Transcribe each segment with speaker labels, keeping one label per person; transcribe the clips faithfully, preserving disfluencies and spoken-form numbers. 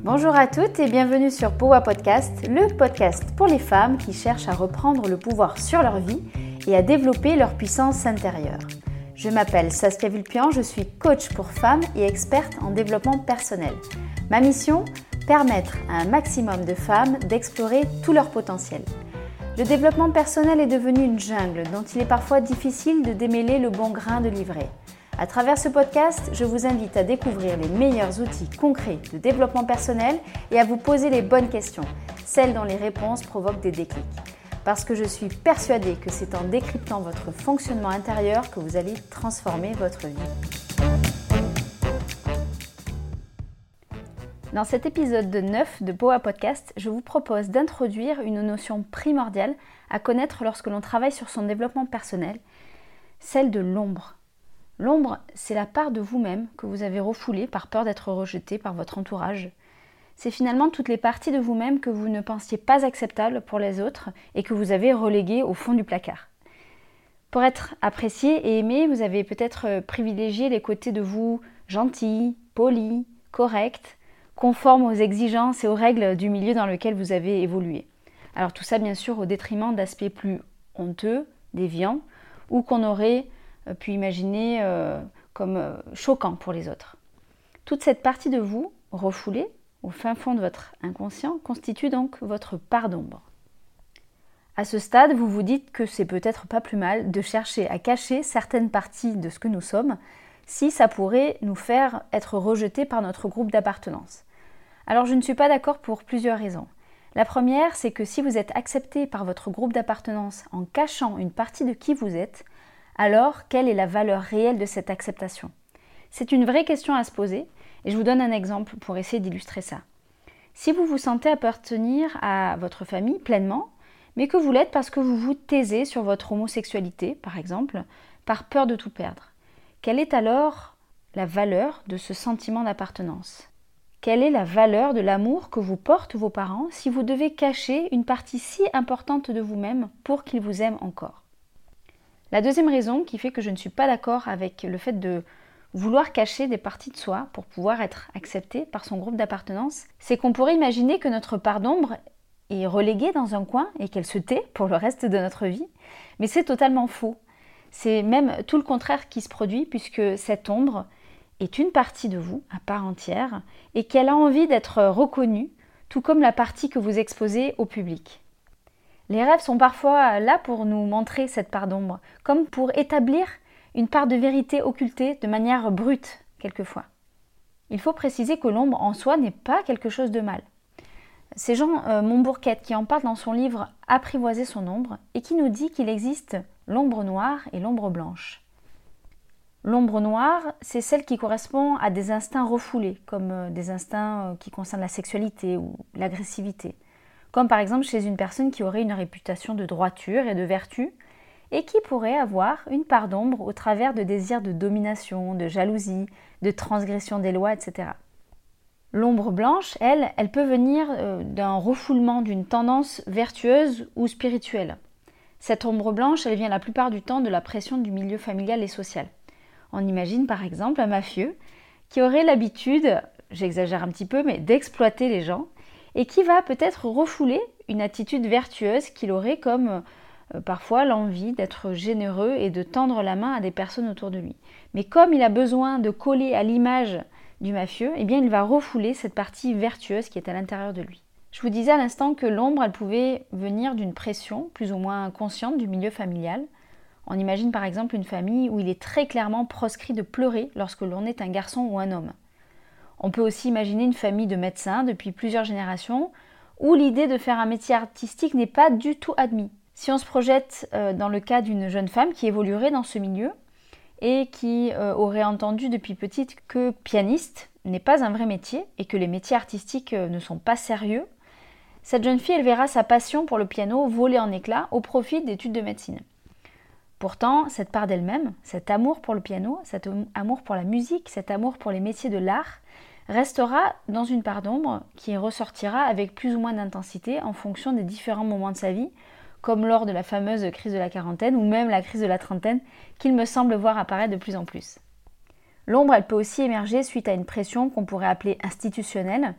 Speaker 1: Bonjour à toutes et bienvenue sur Powa Podcast, le podcast pour les femmes qui cherchent à reprendre le pouvoir sur leur vie et à développer leur puissance intérieure. Je m'appelle Saskia Vulpian, je suis coach pour femmes et experte en développement personnel. Ma mission ? Permettre à un maximum de femmes d'explorer tout leur potentiel. Le développement personnel est devenu une jungle dont il est parfois difficile de démêler le bon grain de livret. À travers ce podcast, je vous invite à découvrir les meilleurs outils concrets de développement personnel et à vous poser les bonnes questions, celles dont les réponses provoquent des déclics. Parce que je suis persuadée que c'est en décryptant votre fonctionnement intérieur que vous allez transformer votre vie. Dans cet épisode neuf de Powa Podcast, je vous propose d'introduire une notion primordiale à connaître lorsque l'on travaille sur son développement personnel, celle de l'ombre. L'ombre, c'est la part de vous-même que vous avez refoulée par peur d'être rejeté par votre entourage. C'est finalement toutes les parties de vous-même que vous ne pensiez pas acceptables pour les autres et que vous avez reléguées au fond du placard. Pour être apprécié et aimé, vous avez peut-être privilégié les côtés de vous gentils, polis, corrects, conformes aux exigences et aux règles du milieu dans lequel vous avez évolué. Alors tout ça bien sûr au détriment d'aspects plus honteux, déviants, ou qu'on aurait pu imaginer euh, comme euh, choquants pour les autres. Toute cette partie de vous, refoulée au fin fond de votre inconscient, constitue donc votre part d'ombre. À ce stade, vous vous dites que c'est peut-être pas plus mal de chercher à cacher certaines parties de ce que nous sommes, si ça pourrait nous faire être rejetés par notre groupe d'appartenance. Alors je ne suis pas d'accord pour plusieurs raisons. La première, c'est que si vous êtes accepté par votre groupe d'appartenance en cachant une partie de qui vous êtes, alors quelle est la valeur réelle de cette acceptation ? C'est une vraie question à se poser et je vous donne un exemple pour essayer d'illustrer ça. Si vous vous sentez appartenir à votre famille pleinement, mais que vous l'êtes parce que vous vous taisez sur votre homosexualité, par exemple, par peur de tout perdre, quelle est alors la valeur de ce sentiment d'appartenance ? Quelle est la valeur de l'amour que vous portent vos parents si vous devez cacher une partie si importante de vous-même pour qu'ils vous aiment encore ? La deuxième raison qui fait que je ne suis pas d'accord avec le fait de vouloir cacher des parties de soi pour pouvoir être accepté par son groupe d'appartenance, c'est qu'on pourrait imaginer que notre part d'ombre est reléguée dans un coin et qu'elle se tait pour le reste de notre vie, mais c'est totalement faux. C'est même tout le contraire qui se produit puisque cette ombre est une partie de vous à part entière et qu'elle a envie d'être reconnue, tout comme la partie que vous exposez au public. Les rêves sont parfois là pour nous montrer cette part d'ombre, comme pour établir une part de vérité occultée de manière brute, quelquefois. Il faut préciser que l'ombre en soi n'est pas quelque chose de mal. C'est Jean euh, Montbourquette qui en parle dans son livre « Apprivoiser son ombre » et qui nous dit qu'il existe l'ombre noire et l'ombre blanche. L'ombre noire, c'est celle qui correspond à des instincts refoulés, comme euh, des instincts euh, qui concernent la sexualité ou l'agressivité. Comme par exemple chez une personne qui aurait une réputation de droiture et de vertu et qui pourrait avoir une part d'ombre au travers de désirs de domination, de jalousie, de transgression des lois, et cetera. L'ombre blanche, elle, elle peut venir euh, d'un refoulement d'une tendance vertueuse ou spirituelle. Cette ombre blanche, elle vient la plupart du temps de la pression du milieu familial et social. On imagine par exemple un mafieux qui aurait l'habitude, j'exagère un petit peu, mais d'exploiter les gens, et qui va peut-être refouler une attitude vertueuse qu'il aurait comme euh, parfois l'envie d'être généreux et de tendre la main à des personnes autour de lui. Mais comme il a besoin de coller à l'image du mafieux, eh bien il va refouler cette partie vertueuse qui est à l'intérieur de lui. Je vous disais à l'instant que l'ombre, elle pouvait venir d'une pression plus ou moins inconsciente du milieu familial. On imagine par exemple une famille où il est très clairement proscrit de pleurer lorsque l'on est un garçon ou un homme. On peut aussi imaginer une famille de médecins depuis plusieurs générations où l'idée de faire un métier artistique n'est pas du tout admise. Si on se projette euh, dans le cas d'une jeune femme qui évoluerait dans ce milieu et qui euh, aurait entendu depuis petite que pianiste n'est pas un vrai métier et que les métiers artistiques euh, ne sont pas sérieux, cette jeune fille elle verra sa passion pour le piano voler en éclats au profit d'études de médecine. Pourtant, cette part d'elle-même, cet amour pour le piano, cet amour pour la musique, cet amour pour les métiers de l'art, restera dans une part d'ombre qui ressortira avec plus ou moins d'intensité en fonction des différents moments de sa vie, comme lors de la fameuse crise de la quarantaine ou même la crise de la trentaine qu'il me semble voir apparaître de plus en plus. L'ombre, elle peut aussi émerger suite à une pression qu'on pourrait appeler institutionnelle,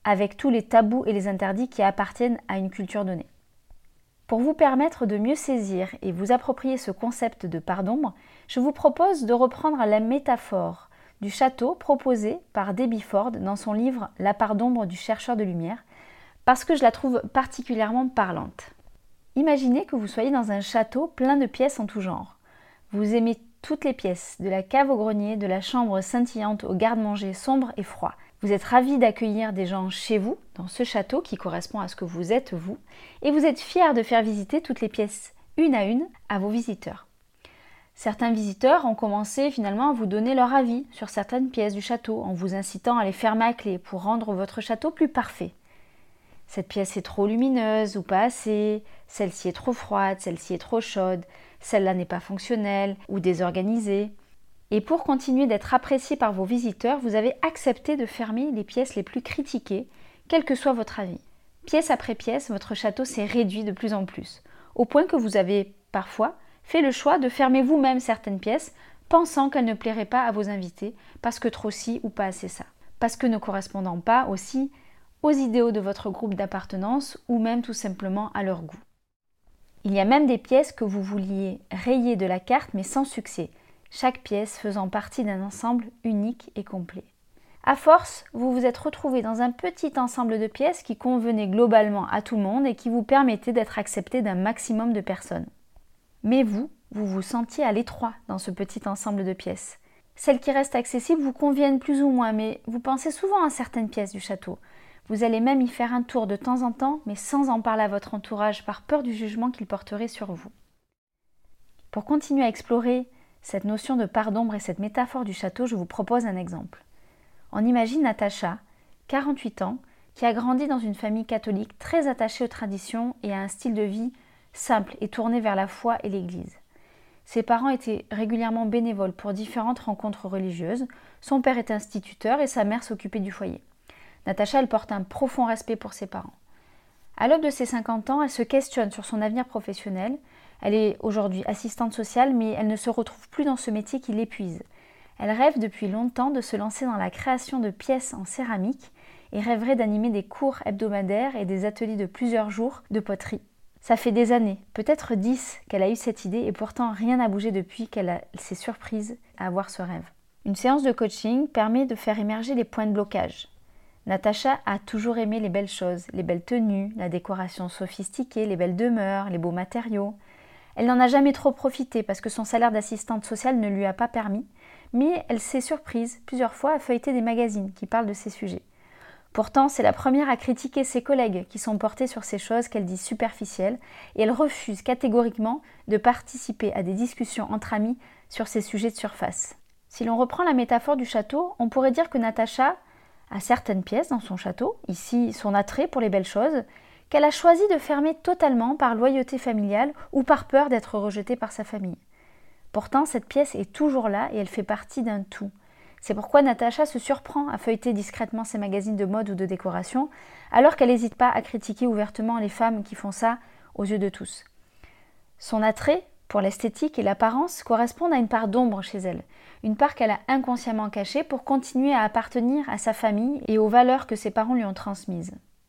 Speaker 1: avec tous les tabous et les interdits qui appartiennent à une culture donnée. Pour vous permettre de mieux saisir et vous approprier ce concept de part d'ombre, je vous propose de reprendre la métaphore du château proposée par Debbie Ford dans son livre La part d'ombre du chercheur de lumière, parce que je la trouve particulièrement parlante. Imaginez que vous soyez dans un château plein de pièces en tout genre. Vous aimez toutes les pièces, de la cave au grenier, de la chambre scintillante au garde-manger sombre et froid. Vous êtes ravi d'accueillir des gens chez vous, dans ce château qui correspond à ce que vous êtes vous, et vous êtes fier de faire visiter toutes les pièces, une à une, à vos visiteurs. Certains visiteurs ont commencé finalement à vous donner leur avis sur certaines pièces du château, en vous incitant à les fermer à clé pour rendre votre château plus parfait. Cette pièce est trop lumineuse ou pas assez, celle-ci est trop froide, celle-ci est trop chaude, celle-là n'est pas fonctionnelle ou désorganisée. Et pour continuer d'être apprécié par vos visiteurs, vous avez accepté de fermer les pièces les plus critiquées, quel que soit votre avis. Pièce après pièce, votre château s'est réduit de plus en plus, au point que vous avez parfois fait le choix de fermer vous-même certaines pièces, pensant qu'elles ne plairaient pas à vos invités, parce que trop ci ou pas assez ça, parce que ne correspondant pas aussi aux idéaux de votre groupe d'appartenance ou même tout simplement à leur goût. Il y a même des pièces que vous vouliez rayer de la carte mais sans succès, chaque pièce faisant partie d'un ensemble unique et complet. À force, vous vous êtes retrouvé dans un petit ensemble de pièces qui convenaient globalement à tout le monde et qui vous permettaient d'être accepté d'un maximum de personnes. Mais vous, vous vous sentiez à l'étroit dans ce petit ensemble de pièces. Celles qui restent accessibles vous conviennent plus ou moins, mais vous pensez souvent à certaines pièces du château. Vous allez même y faire un tour de temps en temps, mais sans en parler à votre entourage par peur du jugement qu'il porterait sur vous. Pour continuer à explorer cette notion de part d'ombre et cette métaphore du château, je vous propose un exemple. On imagine Natacha, quarante-huit ans, qui a grandi dans une famille catholique très attachée aux traditions et à un style de vie simple et tourné vers la foi et l'Église. Ses parents étaient régulièrement bénévoles pour différentes rencontres religieuses, son père est instituteur et sa mère s'occupait du foyer. Natacha, elle porte un profond respect pour ses parents. À l'aube de ses cinquante ans, elle se questionne sur son avenir professionnel. Elle est aujourd'hui assistante sociale, mais elle ne se retrouve plus dans ce métier qui l'épuise. Elle rêve depuis longtemps de se lancer dans la création de pièces en céramique et rêverait d'animer des cours hebdomadaires et des ateliers de plusieurs jours de poterie. Ça fait des années, peut-être dix, qu'elle a eu cette idée et pourtant rien n'a bougé depuis qu'elle s'est surprise à avoir ce rêve. Une séance de coaching permet de faire émerger les points de blocage. Natacha a toujours aimé les belles choses, les belles tenues, la décoration sophistiquée, les belles demeures, les beaux matériaux. Elle n'en a jamais trop profité parce que son salaire d'assistante sociale ne lui a pas permis, mais elle s'est surprise plusieurs fois à feuilleter des magazines qui parlent de ces sujets. Pourtant, c'est la première à critiquer ses collègues qui sont portés sur ces choses qu'elle dit superficielles et elle refuse catégoriquement de participer à des discussions entre amis sur ces sujets de surface. Si l'on reprend la métaphore du château, on pourrait dire que Natacha a certaines pièces dans son château, ici son attrait pour les belles choses, qu'elle a choisi de fermer totalement par loyauté familiale ou par peur d'être rejetée par sa famille. Pourtant, cette pièce est toujours là et elle fait partie d'un tout. C'est pourquoi Natacha se surprend à feuilleter discrètement ses magazines de mode ou de décoration, alors qu'elle n'hésite pas à critiquer ouvertement les femmes qui font ça aux yeux de tous. Son attrait pour l'esthétique et l'apparence correspondent à une part d'ombre chez elle, une part qu'elle a inconsciemment cachée pour continuer à appartenir à sa famille et aux valeurs que ses parents lui ont transmises.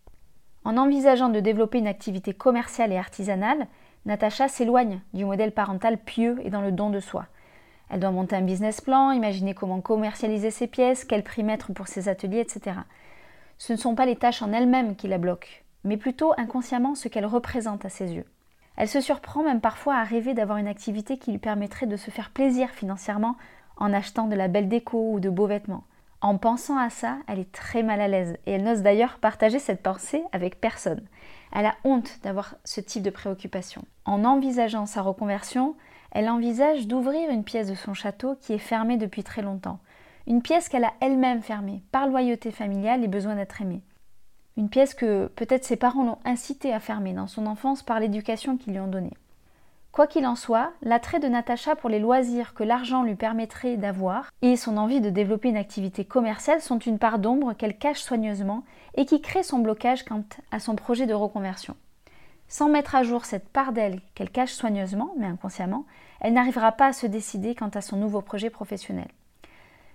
Speaker 1: En envisageant de développer une activité commerciale et artisanale, Natacha s'éloigne du modèle parental pieux et dans le don de soi. Elle doit monter un business plan, imaginer comment commercialiser ses pièces, quel prix mettre pour ses ateliers, et cetera. Ce ne sont pas les tâches en elles-mêmes qui la bloquent, mais plutôt inconsciemment ce qu'elles représentent à ses yeux. Elle se surprend même parfois à rêver d'avoir une activité qui lui permettrait de se faire plaisir financièrement en achetant de la belle déco ou de beaux vêtements. En pensant à ça, elle est très mal à l'aise et elle n'ose d'ailleurs partager cette pensée avec personne. Elle a honte d'avoir ce type de préoccupation. En envisageant sa reconversion, elle envisage d'ouvrir une pièce de son château qui est fermée depuis très longtemps. Une pièce qu'elle a elle-même fermée, par loyauté familiale et besoin d'être aimée. Une pièce que peut-être ses parents l'ont incitée à fermer dans son enfance par l'éducation qu'ils lui ont donnée. Quoi qu'il en soit, l'attrait de Natacha pour les loisirs que l'argent lui permettrait d'avoir et son envie de développer une activité commerciale sont une part d'ombre qu'elle cache soigneusement et qui crée son blocage quant à son projet de reconversion. Sans mettre à jour cette part d'elle qu'elle cache soigneusement, mais inconsciemment, elle n'arrivera pas à se décider quant à son nouveau projet professionnel.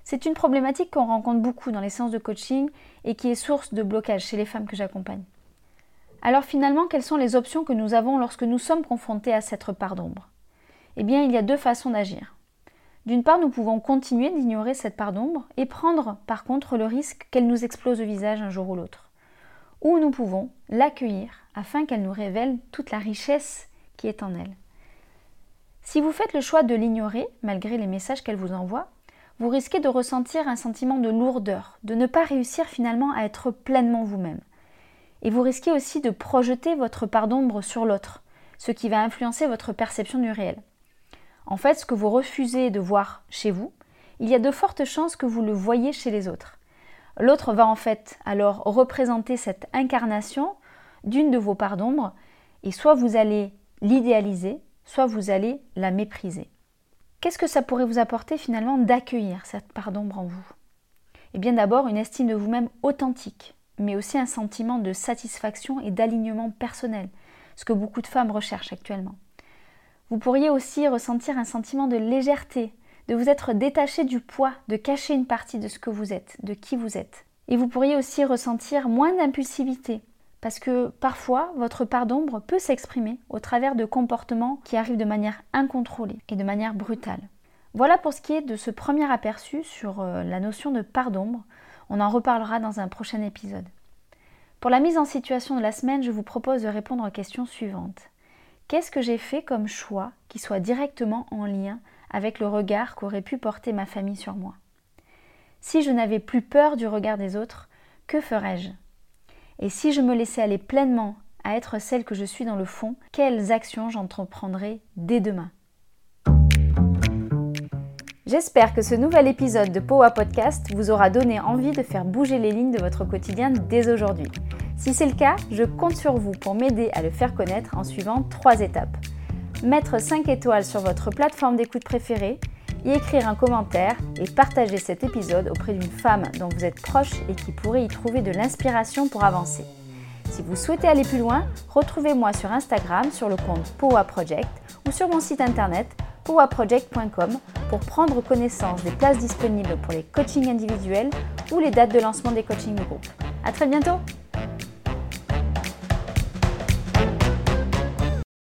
Speaker 1: C'est une problématique qu'on rencontre beaucoup dans les séances de coaching et qui est source de blocage chez les femmes que j'accompagne. Alors finalement, quelles sont les options que nous avons lorsque nous sommes confrontés à cette part d'ombre ? Eh bien, il y a deux façons d'agir. D'une part, nous pouvons continuer d'ignorer cette part d'ombre et prendre par contre le risque qu'elle nous explose au visage un jour ou l'autre. Ou nous pouvons l'accueillir afin qu'elle nous révèle toute la richesse qui est en elle. Si vous faites le choix de l'ignorer, malgré les messages qu'elle vous envoie, vous risquez de ressentir un sentiment de lourdeur, de ne pas réussir finalement à être pleinement vous-même. Et vous risquez aussi de projeter votre part d'ombre sur l'autre, ce qui va influencer votre perception du réel. En fait, ce que vous refusez de voir chez vous, il y a de fortes chances que vous le voyez chez les autres. L'autre va en fait alors représenter cette incarnation d'une de vos parts d'ombre, et soit vous allez l'idéaliser, soit vous allez la mépriser. Qu'est-ce que ça pourrait vous apporter finalement d'accueillir cette part d'ombre en vous ? Eh bien d'abord une estime de vous-même authentique, mais aussi un sentiment de satisfaction et d'alignement personnel, ce que beaucoup de femmes recherchent actuellement. Vous pourriez aussi ressentir un sentiment de légèreté, de vous être détaché du poids, de cacher une partie de ce que vous êtes, de qui vous êtes. Et vous pourriez aussi ressentir moins d'impulsivité, parce que parfois, votre part d'ombre peut s'exprimer au travers de comportements qui arrivent de manière incontrôlée et de manière brutale. Voilà pour ce qui est de ce premier aperçu sur la notion de part d'ombre. On en reparlera dans un prochain épisode. Pour la mise en situation de la semaine, je vous propose de répondre aux questions suivantes. Qu'est-ce que j'ai fait comme choix qui soit directement en lien avec le regard qu'aurait pu porter ma famille sur moi ? Si je n'avais plus peur du regard des autres, que ferais-je ? Et si je me laissais aller pleinement à être celle que je suis dans le fond, quelles actions j'entreprendrais dès demain ? J'espère que ce nouvel épisode de Powa Podcast vous aura donné envie de faire bouger les lignes de votre quotidien dès aujourd'hui. Si c'est le cas, je compte sur vous pour m'aider à le faire connaître en suivant trois étapes. Mettre cinq étoiles sur votre plateforme d'écoute préférée, y écrire un commentaire et partager cet épisode auprès d'une femme dont vous êtes proche et qui pourrait y trouver de l'inspiration pour avancer. Si vous souhaitez aller plus loin, retrouvez-moi sur Instagram sur le compte Powa Project ou sur mon site internet powa project point com pour prendre connaissance des places disponibles pour les coachings individuels ou les dates de lancement des coachings de groupe. À très bientôt!